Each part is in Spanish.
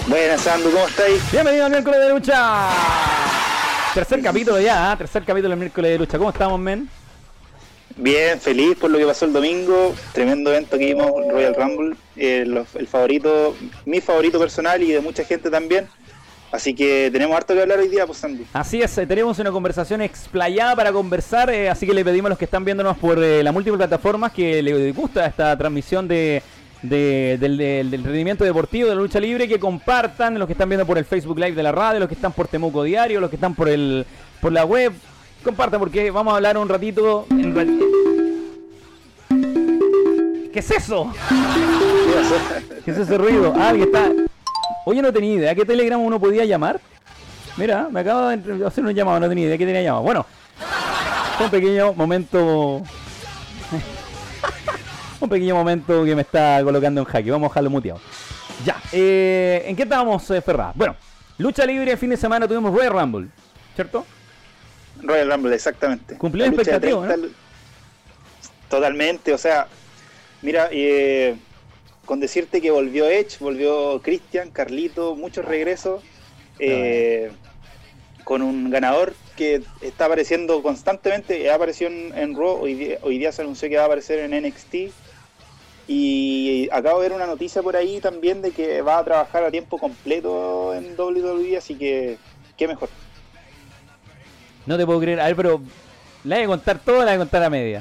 Buenas, Sandu, ¿cómo estáis? Bienvenido al miércoles de lucha. Tercer capítulo ya, tercer capítulo del miércoles de lucha. ¿Cómo estamos, men? Bien, feliz por lo que pasó el domingo. Tremendo evento que vimos, Royal Rumble. El favorito, mi favorito personal y de mucha gente también. Así que tenemos harto que hablar hoy día, pues, Sandu. Así es, tenemos una conversación explayada para conversar, así que le pedimos a los que están viéndonos por las múltiples plataformas que les gusta esta transmisión del rendimiento deportivo, de la lucha libre, que compartan, los que están viendo por el Facebook Live de la radio, los que están por Temuco Diario, los que están por la web, compartan porque vamos a hablar un ratito. ¿Qué es eso? ¿Qué es ese ruido? Ah, que está. Oye, no tenía idea, ¿qué Telegram uno podía llamar? Mira, me acabo de hacer un llamado, no tenía idea que tenía llamado. Bueno, un pequeño momento. Un pequeño momento que me está colocando en jaque. Vamos a dejarlo muteado. Ya, ¿en qué estábamos, Ferrada? Bueno, lucha libre el fin de semana tuvimos Royal Rumble, ¿cierto? Royal Rumble, exactamente. Cumplió la expectativa, ¿no? Totalmente, o sea, mira, con decirte que volvió Edge, volvió Christian, Carlito, muchos regresos, con un ganador que está apareciendo constantemente, apareció en Raw, hoy día se anunció que va a aparecer en NXT, y acabo de ver una noticia por ahí también de que va a trabajar a tiempo completo en WWE, así que qué mejor. No te puedo creer, a ver, pero la voy a contar toda, la voy a contar a media.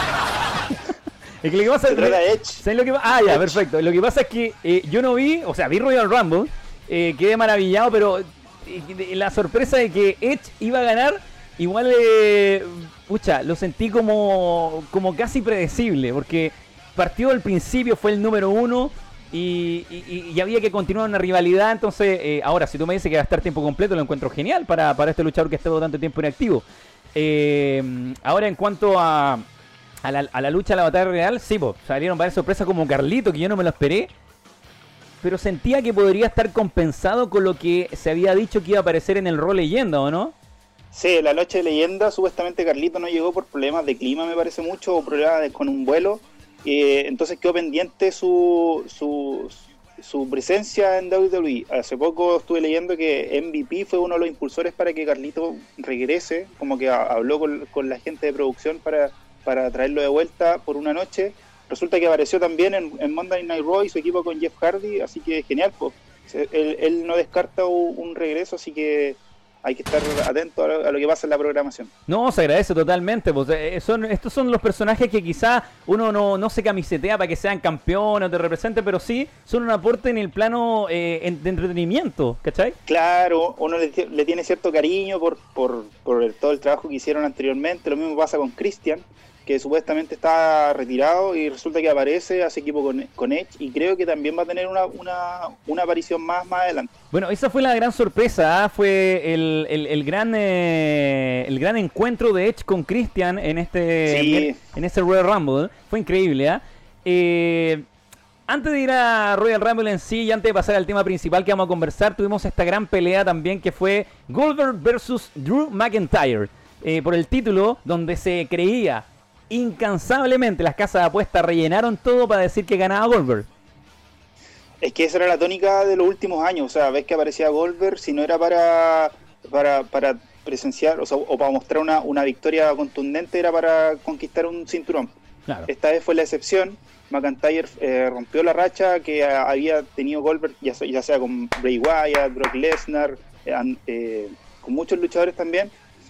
Es que lo que pasa es Edge. Perfecto. Lo que pasa es que yo no vi, o sea, vi Royal Rumble, quedé maravillado, pero la sorpresa de que Edge iba a ganar, igual, lo sentí como casi predecible, porque partió al principio, fue el número 1 y había que continuar una rivalidad. Entonces, ahora, si tú me dices que va a estar tiempo completo, lo encuentro genial para este luchador que ha estado tanto tiempo inactivo. Ahora, en cuanto a la lucha, a la batalla real, sí, salieron varias sorpresas como Carlito, que yo no me lo esperé, pero sentía que podría estar compensado con lo que se había dicho que iba a aparecer en el Raw Leyenda, ¿o no? Sí, la noche de leyenda, supuestamente Carlito no llegó por problemas de clima, me parece mucho, o problemas con un vuelo, entonces quedó pendiente su presencia en WWE. Hace poco estuve leyendo que MVP fue uno de los impulsores para que Carlito regrese, como que habló con la gente de producción para traerlo de vuelta por una noche. Resulta que apareció también en Monday Night Raw y su equipo con Jeff Hardy, así que genial, pues. Él no descarta un regreso, así que hay que estar atento a lo que pasa en la programación. No, se agradece totalmente, pues, estos son los personajes que quizá uno no se camisetea para que sean campeones o te representen, pero sí son un aporte en el plano de entretenimiento, ¿cachai? Claro, uno le tiene cierto cariño por todo el trabajo que hicieron anteriormente. Lo mismo pasa con Christian, que supuestamente está retirado y resulta que aparece, hace equipo con Edge, y creo que también va a tener una aparición más adelante. Bueno, esa fue la gran sorpresa, fue el gran encuentro de Edge con Christian en este Royal Rumble. Fue increíble, Antes de ir a Royal Rumble en sí y antes de pasar al tema principal que vamos a conversar, tuvimos esta gran pelea también que fue Goldberg versus Drew McIntyre, por el título, donde se creía incansablemente, las casas de apuestas rellenaron todo para decir que ganaba Goldberg. Es que esa era la tónica de los últimos años, o sea, ves que aparecía Goldberg, si no era para presenciar, o para mostrar una victoria contundente, era para conquistar un cinturón. Claro. Esta vez fue la excepción. McIntyre rompió la racha que había tenido Goldberg, ya sea con Bray Wyatt, Brock Lesnar, con muchos luchadores también.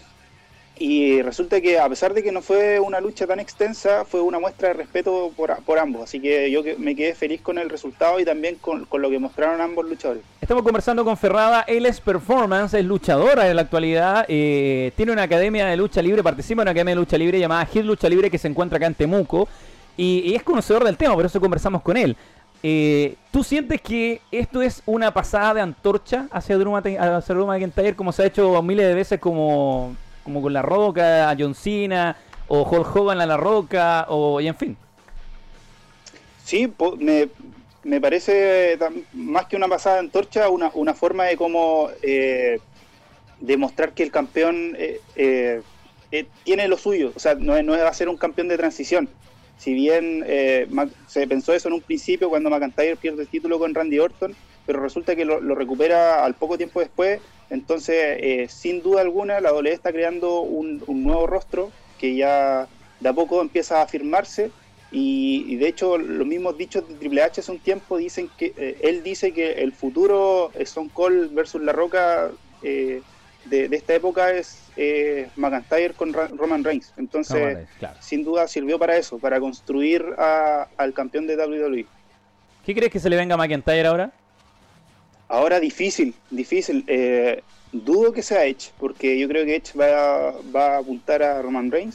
Y resulta que, a pesar de que no fue una lucha tan extensa, fue una muestra de respeto por ambos. Así que yo me quedé feliz con el resultado y también con lo que mostraron ambos luchadores. Estamos conversando con Ferrada. Él es performance, es luchadora en la actualidad. Tiene una academia de lucha libre, participa en una academia de lucha libre llamada Hit Lucha Libre, que se encuentra acá en Temuco. Y es conocedor del tema, por eso conversamos con él. ¿Tú sientes que esto es una pasada de antorcha hacia Drew McIntyre, como se ha hecho miles de veces como con La Roca, a John Cena, o Hulk Hogan a La Roca, y en fin? Sí, me parece más que una pasada de antorcha, una forma de cómo demostrar que el campeón tiene lo suyo. O sea, no va a ser un campeón de transición. Si bien se pensó eso en un principio cuando McIntyre pierde el título con Randy Orton, pero resulta que lo recupera al poco tiempo después. Entonces, sin duda alguna, la WWE está creando un nuevo rostro que ya de a poco empieza a afirmarse. Y de hecho, los mismos dichos de Triple H hace un tiempo dicen que él dice que el futuro Stone Cold versus La Roca de esta época es McIntyre con Roman Reigns. Entonces, claro, sin duda sirvió para eso, para construir al campeón de WWE. ¿Qué crees que se le venga a McIntyre ahora? Ahora difícil. Dudo que sea Edge, porque yo creo que Edge va a apuntar a Roman Reigns.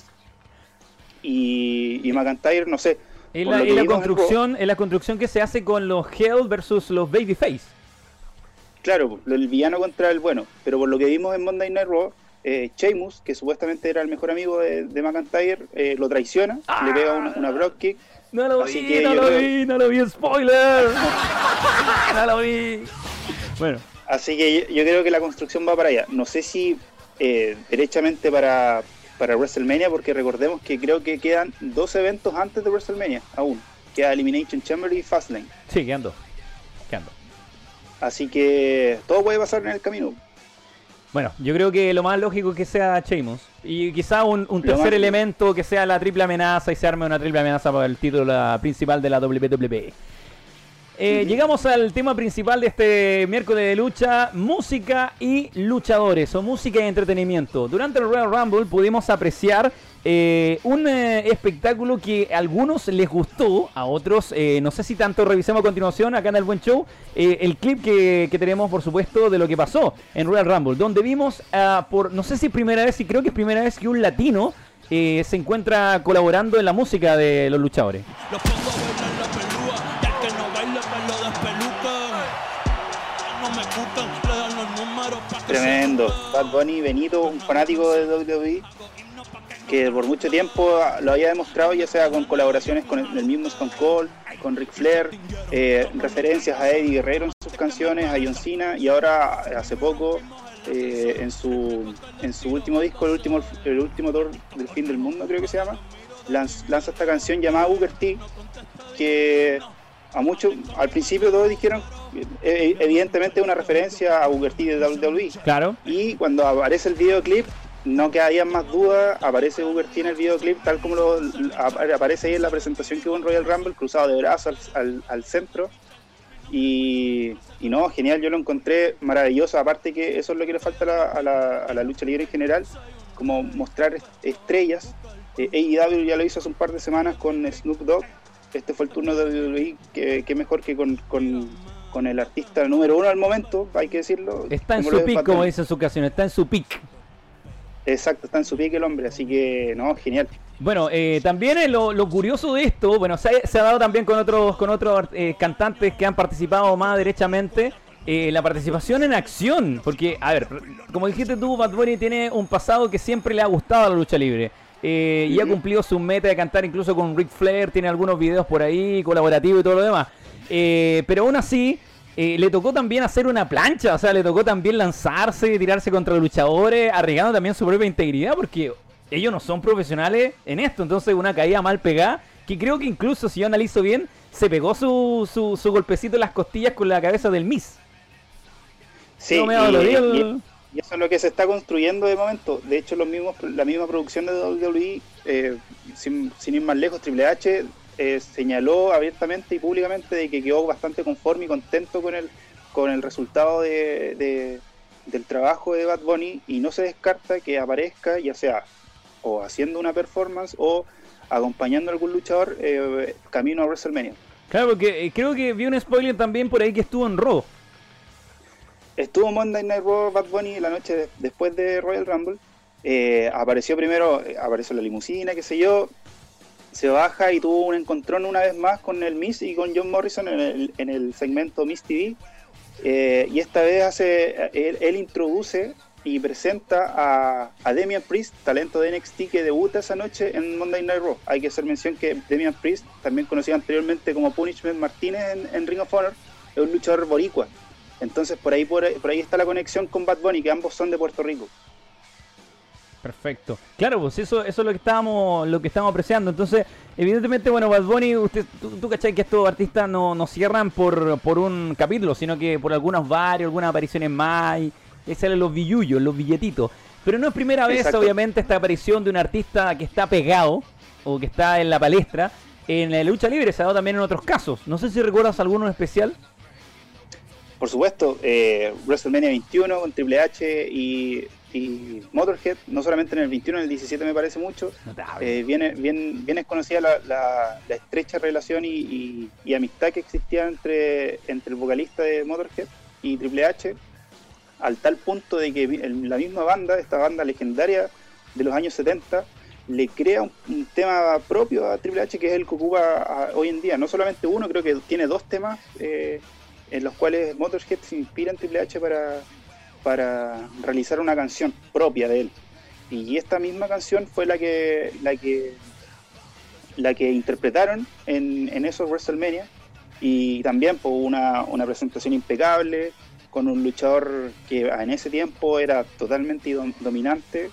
Y McIntyre, no sé. Es la construcción que se hace con los heel versus los babyface. Claro, el villano contra el bueno. Pero por lo que vimos en Monday Night Raw, Sheamus, que supuestamente era el mejor amigo de McIntyre, lo traiciona, le pega una Brock Kick. No lo vi, spoiler. No lo vi. Bueno. Así que yo creo que la construcción va para allá. No sé si derechamente para WrestleMania, porque recordemos que creo que quedan 2 eventos antes de WrestleMania aún. Queda Elimination Chamber y Fastlane. Sí, quedan 2. Así que todo puede pasar en el camino. Bueno, yo creo que lo más lógico es que sea Sheamus. Y quizá un tercer elemento que sea la triple amenaza y se arme una triple amenaza para el título principal de la WWE. Llegamos al tema principal de este miércoles de lucha: música y luchadores, o música y entretenimiento. Durante el Royal Rumble pudimos apreciar un espectáculo que a algunos les gustó, a otros no sé si tanto. Revisemos a continuación acá en el Buen Show el clip que tenemos, por supuesto, de lo que pasó en Royal Rumble, donde vimos no sé si primera vez, y creo que es primera vez que un latino se encuentra colaborando en la música de los luchadores. Tremendo. Bad Bunny, Benito, un fanático de WWE que por mucho tiempo lo había demostrado, ya sea con colaboraciones con el mismo Stone Cold, con Ric Flair, referencias a Eddie Guerrero en sus canciones, a John Cena, y ahora hace poco en su último disco, el último tour del fin del mundo, creo que se llama, lanza esta canción llamada Booker T, que a muchos, al principio todos dijeron evidentemente una referencia a Booker T de WWE. Claro. Y cuando aparece el videoclip, no quedaría más duda, aparece Booker T en el videoclip tal como aparece ahí en la presentación que hubo en Royal Rumble, cruzado de brazos al centro. Y no, genial, yo lo encontré maravilloso. Aparte que eso es lo que le falta a la lucha libre en general, como mostrar estrellas. AEW ya lo hizo hace un par de semanas con Snoop Dogg. Este fue el turno de WWE, que mejor que con el artista número 1 al momento, hay que decirlo. Está en su pick, como dice en su canción, está en su pick. Exacto, está en su pick el hombre, así que no, genial. Bueno, también lo curioso de esto, bueno, se ha dado también con otros cantantes que han participado más derechamente, la participación en acción, porque, a ver, como dijiste tú, Bad Bunny tiene un pasado que siempre le ha gustado a la lucha libre. Y ha cumplido su meta de cantar incluso con Ric Flair, tiene algunos videos por ahí, colaborativos y todo lo demás. Pero aún así, le tocó también hacer una plancha, o sea, le tocó también lanzarse, tirarse contra los luchadores, arriesgando también su propia integridad, porque ellos no son profesionales en esto. Entonces una caída mal pegada, que creo que incluso, si yo analizo bien, se pegó su golpecito en las costillas con la cabeza del Miz. Sí, y eso es lo que se está construyendo de momento. De hecho, la misma producción de WWE, sin ir más lejos, Triple H señaló abiertamente y públicamente de que quedó bastante conforme y contento con el resultado del trabajo de Bad Bunny, y no se descarta que aparezca, ya sea o haciendo una performance o acompañando a algún luchador camino a WrestleMania. Claro, porque creo que vi un spoiler también por ahí que estuvo en Raw. Estuvo Monday Night Raw Bad Bunny la noche después de Royal Rumble. Apareció la limusina, qué sé yo. Se baja y tuvo un encontrón una vez más con el Miz y con John Morrison en el segmento Miz TV. Y esta vez él introduce y presenta a Damian Priest, talento de NXT que debuta esa noche en Monday Night Raw. Hay que hacer mención que Damian Priest, también conocido anteriormente como Punishment Martínez en Ring of Honor, es un luchador boricua. Entonces por ahí está la conexión con Bad Bunny, que ambos son de Puerto Rico. Perfecto. Claro, pues eso es lo que estábamos apreciando. Entonces, evidentemente, bueno, Bad Bunny, tú cachai que estos artistas no cierran por un capítulo, sino que por algunas apariciones más, y salen los billullos, los billetitos. Pero no es primera vez, Exacto. obviamente, esta aparición de un artista que está pegado, o que está en la palestra, en la lucha libre. Se ha dado también en otros casos. No sé si recuerdas alguno en especial. Por supuesto, WrestleMania 21 con Triple H y Motorhead, no solamente en el 21, en el 17 me parece mucho. Bien es conocida la estrecha relación y amistad que existía entre el vocalista de Motorhead y Triple H, al tal punto de que la misma banda, esta banda legendaria de los años 70, le crea un tema propio a Triple H, que es el que ocupa hoy en día. No solamente uno, creo que tiene 2 temas en los cuales Motorhead se inspira en Triple H para realizar una canción propia de él. Y esta misma canción fue la que interpretaron en esos WrestleMania, y también por una presentación impecable, con un luchador que en ese tiempo era totalmente dominante,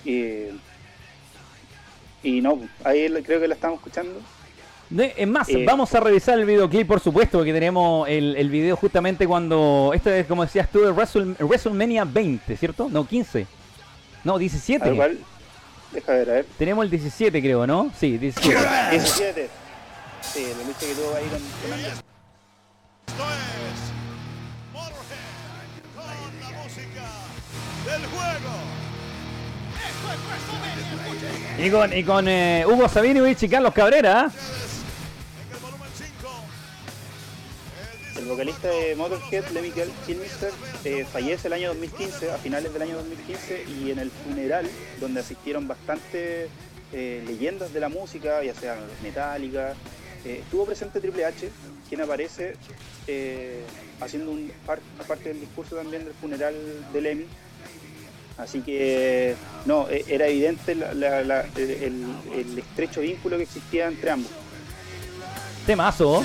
y no, ahí creo que la estamos escuchando. Es más, vamos a revisar el videoclip, por supuesto, porque tenemos el video justamente cuando... Este es, como decías tú, de WrestleMania 20, ¿cierto? No, 15. No, 17. Deja ver, a ver. Tenemos el 17, creo, ¿no? Sí, 17. 17. Sí, la lucha que tuvo ahí con Anderson. Esto es Motorhead con la música del juego. Esto es WrestleMania. Y con Hugo Sabinovich y Carlos Cabrera. En el volumen 5. El vocalista de Motorhead, Lemmy Kilmister, fallece el año 2015, a finales del año 2015, y en el funeral, donde asistieron bastantes leyendas de la música, ya sea Metallica, estuvo presente Triple H, quien aparece haciendo parte del discurso también del funeral de Lemmy. Así que no, era evidente el estrecho vínculo que existía entre ambos. Temazo.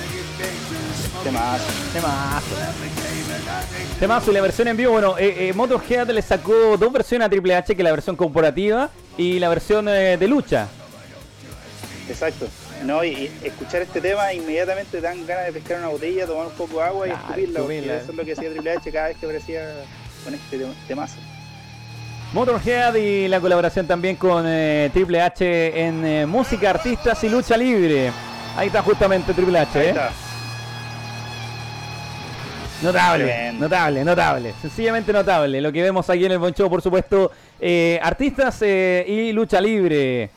Temazo. Y la versión en vivo, bueno, Motorhead le sacó 2 versiones a Triple H, que la versión corporativa y la versión de lucha. Exacto. No, y escuchar este tema inmediatamente te dan ganas de pescar una botella, tomar un poco de agua y escupirla. Porque eso es lo que hacía Triple H cada vez que aparecía con este temazo. Motorhead y la colaboración también con Triple H en música, artistas y lucha libre. Ahí está justamente Triple H, Ahí está. Notable. Sencillamente notable. Lo que vemos aquí en el Bon Show, por supuesto, artistas y lucha libre.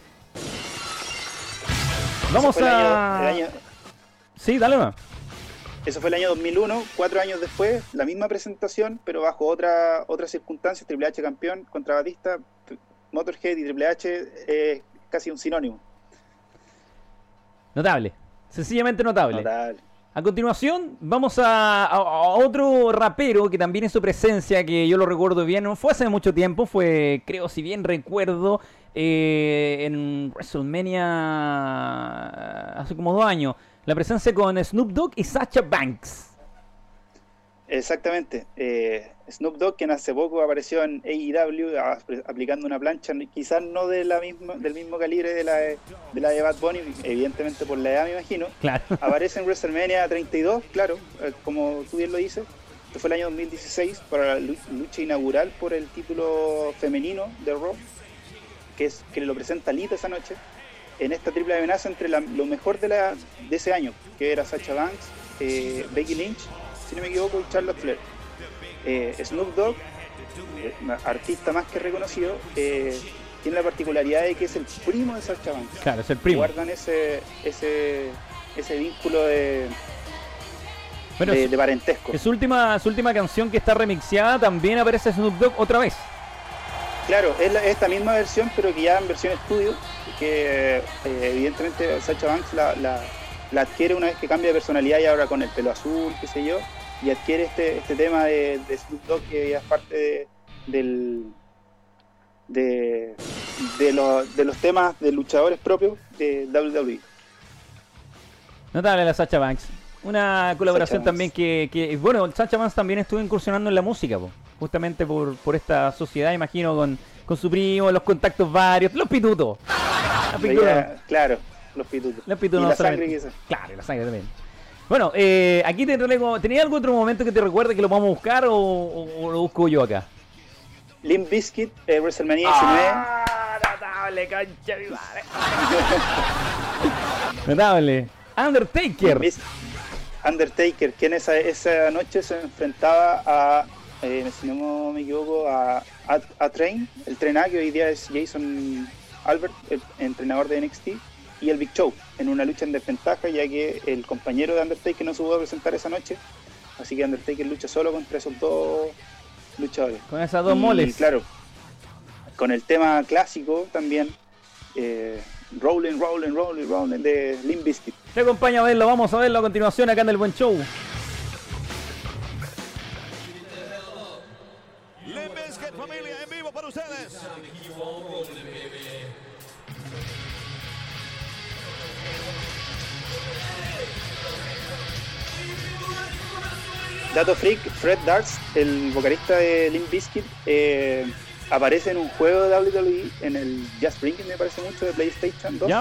Vamos a... Sí, dale más. Eso fue el año 2001, 4 años después, la misma presentación, pero bajo otras circunstancias. Triple H campeón contra Batista, Motorhead y Triple H es casi un sinónimo. Notable, sencillamente notable. A continuación vamos a otro rapero que también hizo presencia, que yo lo recuerdo bien, no fue hace mucho tiempo, fue, creo, si bien recuerdo, en WrestleMania hace como 2 años. La presencia con Snoop Dogg y Sasha Banks. Exactamente. Snoop Dogg, quien hace poco apareció en AEW aplicando una plancha, quizás no del mismo calibre de la de Bad Bunny, evidentemente por la edad me imagino. Claro. Aparece en WrestleMania 32, claro, como tú bien lo dices. Esto fue el año 2016 para la lucha inaugural por el título femenino de Raw, que lo presenta Lita esa noche, en esta triple amenaza entre lo mejor de ese año, que era Sasha Banks, Becky Lynch, si no me equivoco, y Charlotte Flair. Snoop Dogg, artista más que reconocido, tiene la particularidad de que es el primo de Sasha Banks. Claro, es el primo. Guardan ese vínculo de parentesco. En su última canción, que está remixeada, también aparece Snoop Dogg otra vez. Claro, es esta misma versión, pero que ya en versión estudio, que evidentemente Sasha Banks la adquiere una vez que cambia de personalidad, y ahora con el pelo azul, qué sé yo, y adquiere este tema de Snoop Dogg, que ya es parte de los temas de luchadores propios de WWE. Notable la Sasha Banks. Una colaboración también que bueno, Sasha Banks también estuvo incursionando en la música, justamente por esta sociedad, imagino, con con su primo, los contactos varios, los pitutos. Los pitutos. Claro, los pitutos. Los pitutos y no la solamente- sangre quizás. Claro, y la sangre también. Bueno, aquí te traigo. ¿Tenía algún otro momento que te recuerde que lo vamos a buscar o lo busco yo acá? Limp Bizkit, WrestleMania 19. Notable, concha mi madre. Notable. Undertaker. Undertaker, que en esa noche se enfrentaba a, si no me equivoco, a Train, el Tren A, que hoy día es Jason Albert, el entrenador de NXT, y el Big Show, en una lucha en desventaja, ya que el compañero de Undertaker no se pudo presentar esa noche, así que Undertaker lucha solo contra esos dos luchadores. Con esas dos Y, moles. claro, con el tema clásico también, Rolling, Rolling, Rolling, Rolling, de Limp Bizkit. Te acompaña a verlo, vamos a verlo a continuación acá en el Buen Show. Limp Bizkit, familia, en vivo para ustedes. Dato freak, Fred Darst, el vocalista de Limp Bizkit, aparece en un juego de WWE, en el Just Bring It, me parece mucho, de PlayStation 2, ¿Ya?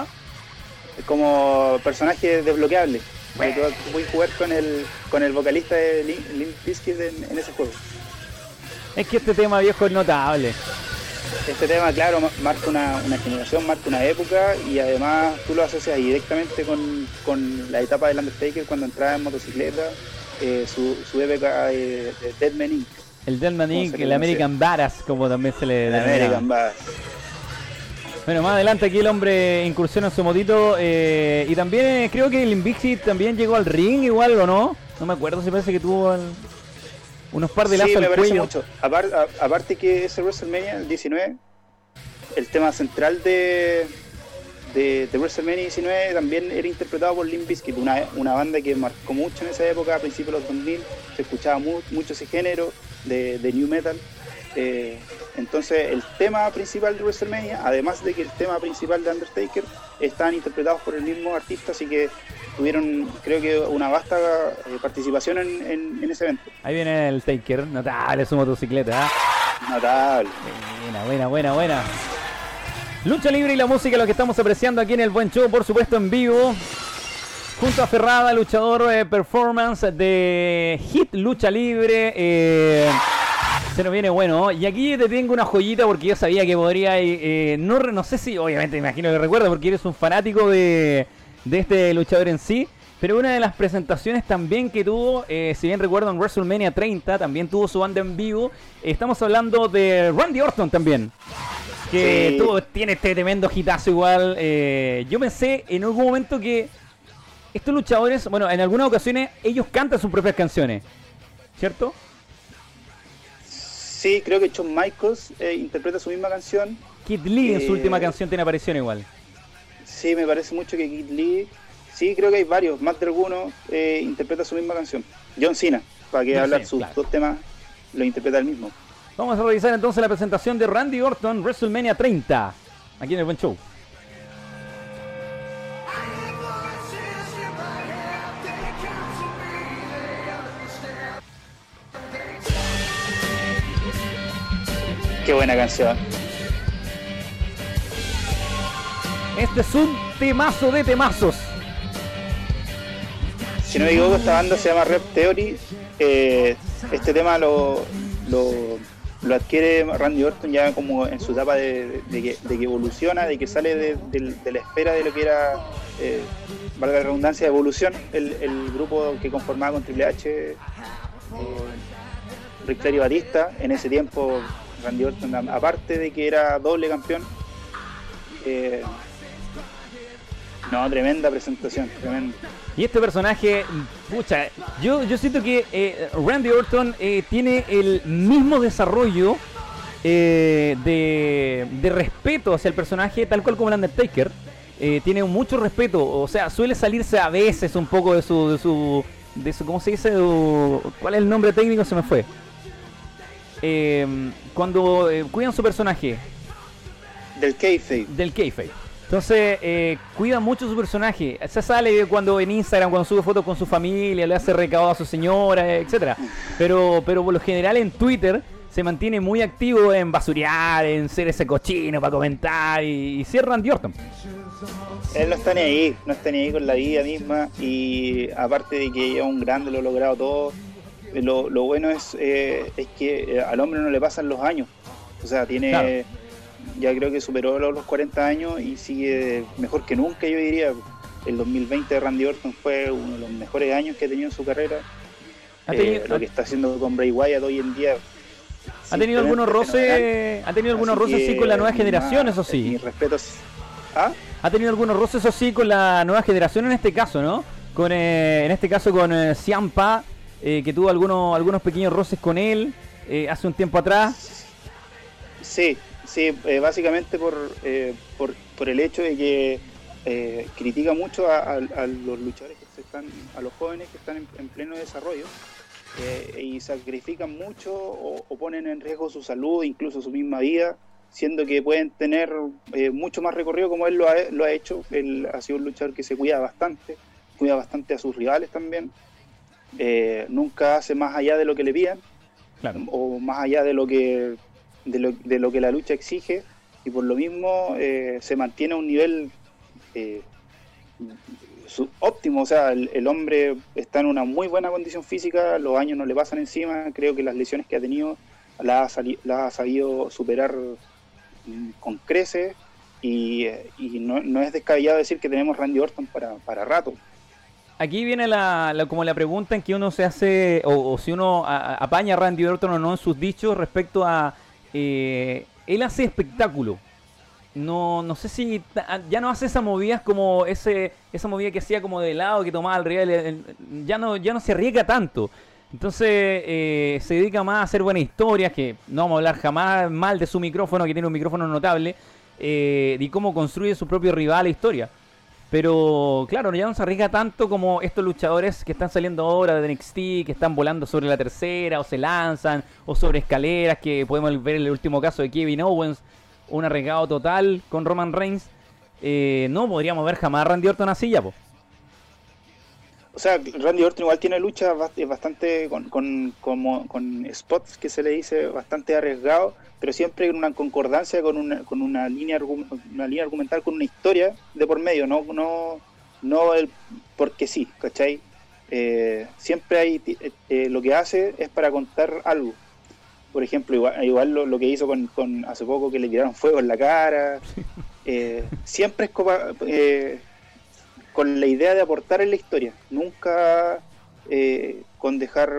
como personaje desbloqueable. Bueno. Tú puedes jugar con el vocalista de Limp Bizkit en ese juego. Es que este tema viejo es notable. Este tema, claro, marca una generación, marca una época, y además tú lo asocias directamente con la etapa del Undertaker cuando entraba en motocicleta, su época de Deadman Inc. El Deadman Inc., se el le American Badass, como también se le El denomina. American Badass. Bueno, más adelante aquí el hombre incursiona en su motito y también creo que el Limp Bizkit también llegó al ring igual, ¿o no? No me acuerdo, si parece que tuvo unos par de lazos Sí, me al parece cuello. mucho. Aparte que ese WrestleMania, el 19, el tema central de WrestleMania 19 también era interpretado por Limp Bizkit, una banda que marcó mucho en esa época, a principios de los 2000, se escuchaba mucho ese género de New Metal. Entonces el tema principal de WrestleMania, además de que el tema principal de Undertaker, están interpretados por el mismo artista, así que tuvieron, creo que, una vasta participación en ese evento. Ahí viene el Taker, notable su motocicleta. ¿Eh? Notable. Buena. Lucha libre y la música, lo que estamos apreciando aquí en el Buen Show, por supuesto en vivo. Junto a Ferrada, luchador performance de Hit Lucha Libre. Se nos viene bueno. Y aquí te tengo una joyita porque yo sabía que podría... no sé si, obviamente me imagino que recuerdas porque eres un fanático de este luchador en sí. Pero una de las presentaciones también que tuvo, si bien recuerdo en WrestleMania 30, también tuvo su banda en vivo. Estamos hablando de Randy Orton también. Que Sí. tiene este tremendo hitazo igual. Yo pensé en algún momento que estos luchadores, bueno, en algunas ocasiones ellos cantan sus propias canciones, ¿cierto? Sí, creo que Shawn Michaels interpreta su misma canción. Kid Lee en su última canción tiene aparición igual. Sí, me parece mucho que Kid Lee, sí, creo que hay varios, más de algunos, interpreta su misma canción. John Cena, para que John hablar Cena, sus claro. dos temas, lo interpreta el mismo. Vamos a revisar entonces la presentación de Randy Orton, WrestleMania 30, aquí en el Buen Show. Qué buena canción. Este es un temazo de temazos. Si no me equivoco, esta banda se llama Rep Theory. Este tema lo adquiere Randy Orton ya como en su etapa de que evoluciona, de que sale de la espera de lo que era, valga la redundancia, evolución, el grupo que conformaba con Triple H, Ric Flair y Batista. En ese tiempo Randy Orton, aparte de que era doble campeón, tremenda presentación, tremenda. Y este personaje, pucha, yo siento que Randy Orton tiene el mismo desarrollo de respeto hacia el personaje, tal cual como el Undertaker. Tiene mucho respeto, o sea, suele salirse a veces un poco de su ¿cómo se dice? ¿Cuál es el nombre técnico? Se me fue. Cuando cuidan su personaje. Del kayfabe. Del kayfabe. Entonces, cuida mucho su personaje. Se sale cuando en Instagram, cuando sube fotos con su familia, le hace recado a su señora, etcétera. Pero por lo general en Twitter se mantiene muy activo en basurear, en ser ese cochino para comentar y ser Randy Orton. Él no está ni ahí con la vida misma, y aparte de que es un grande, lo ha logrado todo, lo bueno es que al hombre no le pasan los años, o sea, tiene, claro, ya creo que superó los 40 años y sigue mejor que nunca, yo diría. El 2020 de Randy Orton fue uno de los mejores años que ha tenido en su carrera. Lo que está haciendo con Bray Wyatt hoy en día. ¿Ha tenido algunos roces? ¿Ha tenido algunos roces sí con la nueva generación, eso sí? Mis respetos. ¿Ah? Ha tenido algunos roces, eso sí, con la nueva generación en este caso, ¿no? En este caso con Ciampa, que tuvo algunos pequeños roces con él hace un tiempo atrás. Sí, básicamente por el hecho de que critica mucho a los luchadores a los jóvenes que están en pleno desarrollo, y sacrifican mucho o ponen en riesgo su salud, incluso su misma vida, siendo que pueden tener mucho más recorrido como él lo ha hecho. Él ha sido un luchador que se cuida bastante a sus rivales también, nunca hace más allá de lo que le pidan, claro, o más allá de lo que la lucha exige, y por lo mismo se mantiene a un nivel óptimo. O sea, el hombre está en una muy buena condición física, los años no le pasan encima, creo que las lesiones que ha tenido las ha sabido superar con creces, y no es descabellado decir que tenemos Randy Orton para rato. Aquí viene como la pregunta en que uno se hace, o si uno apaña a Randy Orton o no en sus dichos respecto a él hace espectáculo. No sé si ya no hace esas movidas como esa movida que hacía como de lado, que tomaba al rival, ya no se arriesga tanto. Entonces se dedica más a hacer buenas historias, que no vamos a hablar jamás mal de su micrófono, que tiene un micrófono notable, y cómo construye su propio rival e historia. Pero claro, ya no se arriesga tanto como estos luchadores que están saliendo ahora de NXT, que están volando sobre la tercera, o se lanzan, o sobre escaleras, que podemos ver en el último caso de Kevin Owens, un arriesgado total con Roman Reigns. No podríamos ver jamás a Randy Orton así ya, po. O sea, Randy Orton igual tiene luchas bastante con spots que se le dice bastante arriesgado, pero siempre en una concordancia con una línea argumental, con una historia de por medio, no el porque sí, ¿cachai? Siempre hay lo que hace es para contar algo. Por ejemplo, igual lo que hizo con hace poco, que le tiraron fuego en la cara. Siempre es con la idea de aportar en la historia, nunca con dejar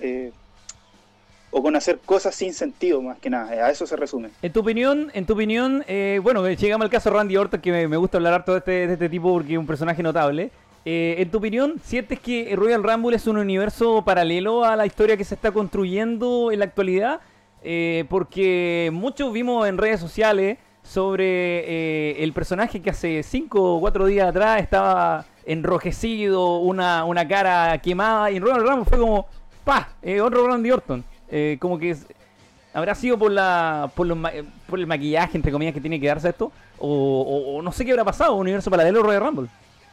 o con hacer cosas sin sentido, más que nada. A eso se resume. En tu opinión, bueno, llegamos al caso de Randy Orton, que me gusta hablar harto de este tipo porque es un personaje notable. En tu opinión, ¿sientes que Royal Rumble es un universo paralelo a la historia que se está construyendo en la actualidad? Porque muchos vimos en redes sociales sobre el personaje que hace 5 o 4 días atrás estaba enrojecido, una cara quemada, y en Royal Rumble fue como otro Randy Orton. Como que habrá sido por el maquillaje, entre comillas, que tiene que darse esto, o no sé qué habrá pasado, un universo paralelo Royal Rumble.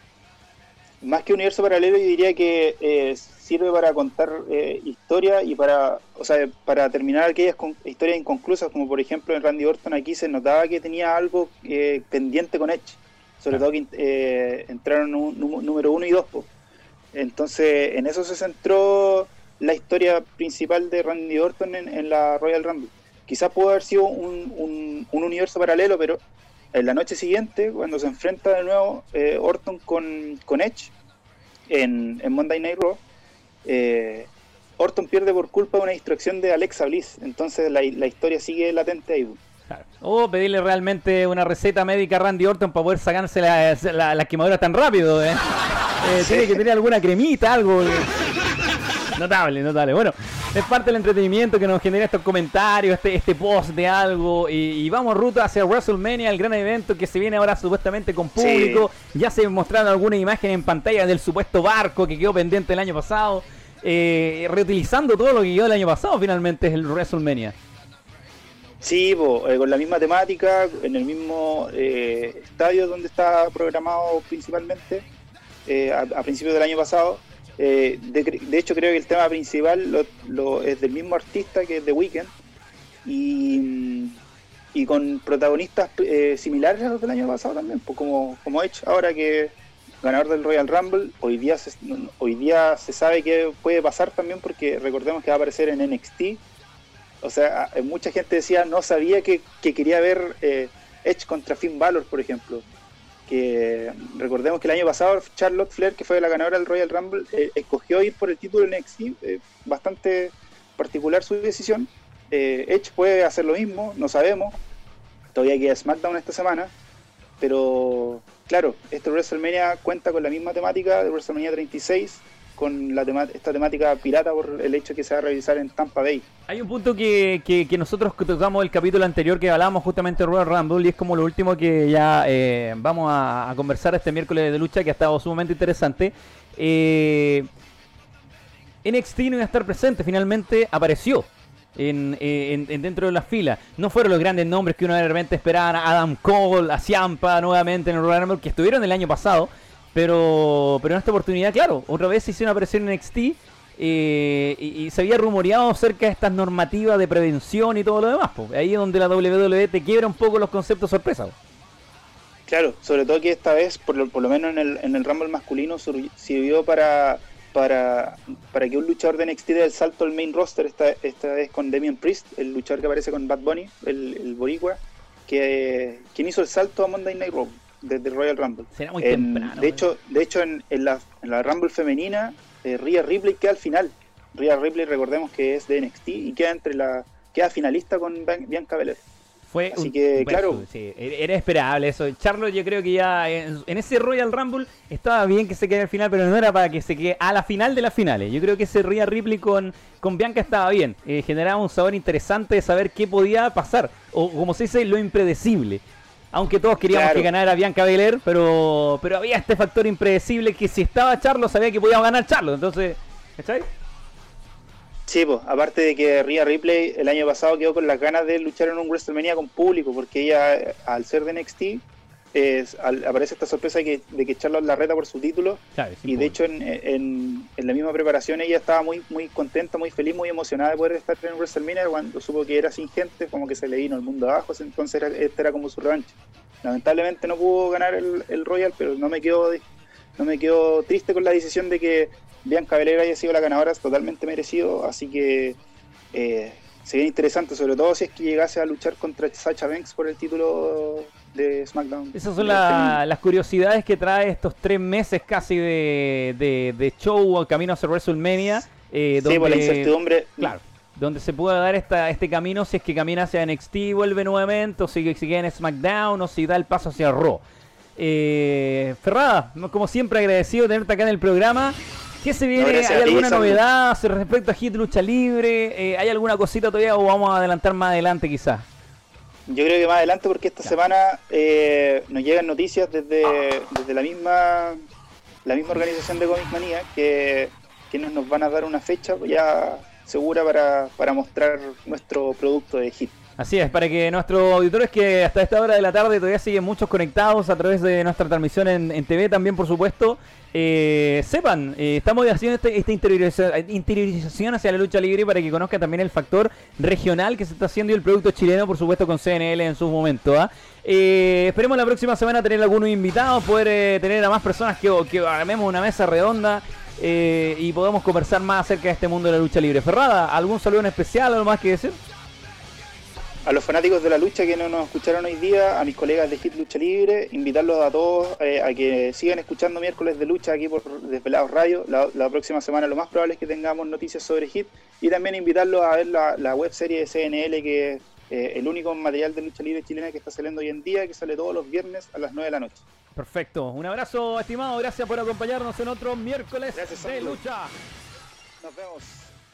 Más que universo paralelo, yo diría que sirve para contar historia y para terminar aquellas historias inconclusas, como por ejemplo en Randy Orton. Aquí se notaba que tenía algo pendiente con Edge, sobre todo que entraron número 1 y 2. Entonces en eso se centró la historia principal de Randy Orton en la Royal Rumble. Quizás pudo haber sido un universo paralelo, pero en la noche siguiente, cuando se enfrenta de nuevo Orton con Edge en Monday Night Raw, Orton pierde por culpa de una distracción de Alexa Bliss. Entonces la historia sigue latente ahí. Claro. O pedirle realmente una receta médica a Randy Orton para poder sacarse las quemaduras tan rápido. Sí. Tiene que tener alguna cremita, algo. Notable. Bueno, es parte del entretenimiento que nos genera estos comentarios, este post de algo, y vamos ruta hacia WrestleMania, el gran evento que se viene ahora supuestamente con público. Sí. Ya se mostraron algunas imágenes en pantalla del supuesto barco que quedó pendiente el año pasado, reutilizando todo lo que quedó el año pasado. Finalmente es el WrestleMania. Sí, con la misma temática, en el mismo estadio donde está programado principalmente a principios del año pasado. De hecho, creo que el tema principal es del mismo artista, que es The Weeknd, y con protagonistas similares a los del año pasado también, pues como Edge ahora, que ganador del Royal Rumble. Hoy día se sabe que puede pasar también, porque recordemos que va a aparecer en NXT. O sea, mucha gente decía, no sabía que quería ver Edge contra Finn Balor, por ejemplo. Que recordemos que el año pasado Charlotte Flair, que fue la ganadora del Royal Rumble, escogió ir por el título en NXT. Bastante particular su decisión. Edge puede hacer lo mismo, no sabemos. Todavía queda SmackDown esta semana. Pero claro, este WrestleMania cuenta con la misma temática de WrestleMania 36, con esta temática pirata por el hecho que se va a realizar en Tampa Bay. Hay un punto que nosotros tocamos el capítulo anterior, que hablábamos justamente de Royal Rumble, y es como lo último que ya vamos a conversar este miércoles de lucha, que ha estado sumamente interesante. NXT no iba a estar presente, finalmente apareció dentro de las filas. No fueron los grandes nombres que uno de repente esperaba, a Adam Cole, a Ciampa nuevamente en el Royal Rumble, que estuvieron el año pasado, pero en esta oportunidad, claro, otra vez se hicieron aparecer en NXT, y se había rumoreado acerca de estas normativas de prevención y todo lo demás, pues. Ahí es donde la WWE te quiebra un poco los conceptos sorpresa, pues. Claro, sobre todo que esta vez, por lo menos en el Rumble masculino, sirvió para que un luchador de NXT dé el salto al main roster, esta vez con Damian Priest, el luchador que aparece con Bad Bunny, el boricua, quien hizo el salto a Monday Night Raw desde Royal Rumble. Será muy temprano. De hecho en la Rumble femenina, Rhea Ripley queda al final. Rhea Ripley, recordemos que es de NXT y queda finalista con Bianca Belair. Así que, claro, sí, era esperable eso. Charlotte, yo creo que ya en ese Royal Rumble estaba bien que se quede al final, pero no era para que se quede a la final de las finales. Yo creo que ese Rhea Ripley con Bianca estaba bien. Generaba un sabor interesante de saber qué podía pasar, o como se dice, lo impredecible. Aunque todos queríamos que ganara Bianca Belair, pero había este factor impredecible que si estaba Charlotte, sabía que podía ganar Charlotte. Entonces, ¿estáis? Sí, pues, aparte de que Rhea Ripley el año pasado quedó con las ganas de luchar en un WrestleMania con público, porque ella, al ser de NXT, aparece esta sorpresa de que Charlotte la reta por su título, claro, y de hecho en la misma preparación ella estaba muy, muy contenta, muy feliz, muy emocionada de poder estar en un WrestleMania. Cuando supo que era sin gente, como que se le vino el mundo abajo, entonces esta era como su revancha. Lamentablemente no pudo ganar el Royal, pero no me quedo triste con la decisión de que Bianca Belair haya sido la ganadora, es totalmente merecido, así que sería interesante, sobre todo si es que llegase a luchar contra Sasha Banks por el título de SmackDown. Esas son las curiosidades que trae estos 3 meses casi de show al camino hacia WrestleMania. Donde, por la incertidumbre. Claro, donde se pueda dar este camino, si es que camina hacia NXT y vuelve nuevamente, o si queda en SmackDown, o si da el paso hacia Raw. Ferrada, como siempre agradecido de tenerte acá en el programa. ¿Qué se viene? No, ¿Hay alguna novedad respecto a Hit Lucha Libre? ¿Hay alguna cosita todavía o vamos a adelantar más adelante quizás? Yo creo que más adelante, porque esta semana nos llegan noticias desde la misma organización de Comic Manía que nos van a dar una fecha ya segura para mostrar nuestro producto de Hit. Así es, para que nuestros auditores que hasta esta hora de la tarde todavía siguen muchos conectados a través de nuestra transmisión en TV también, por supuesto, sepan, estamos haciendo esta interiorización hacia la lucha libre para que conozcan también el factor regional que se está haciendo y el producto chileno, por supuesto, con CNL en sus momentos. Esperemos la próxima semana tener algunos invitados, poder tener a más personas que armemos una mesa redonda y podamos conversar más acerca de este mundo de la lucha libre. Ferrada, ¿algún saludo en especial, algo más que decir? A los fanáticos de la lucha que no nos escucharon hoy día, a mis colegas de Hit Lucha Libre, invitarlos a todos a que sigan escuchando Miércoles de Lucha aquí por Desvelados Radio. La próxima semana lo más probable es que tengamos noticias sobre Hit, y también invitarlos a ver la webserie de CNL, que es el único material de lucha libre chilena que está saliendo hoy en día, que sale todos los viernes a las 9 de la noche. Perfecto, un abrazo, estimado, gracias por acompañarnos en otro Miércoles de Lucha. Nos vemos.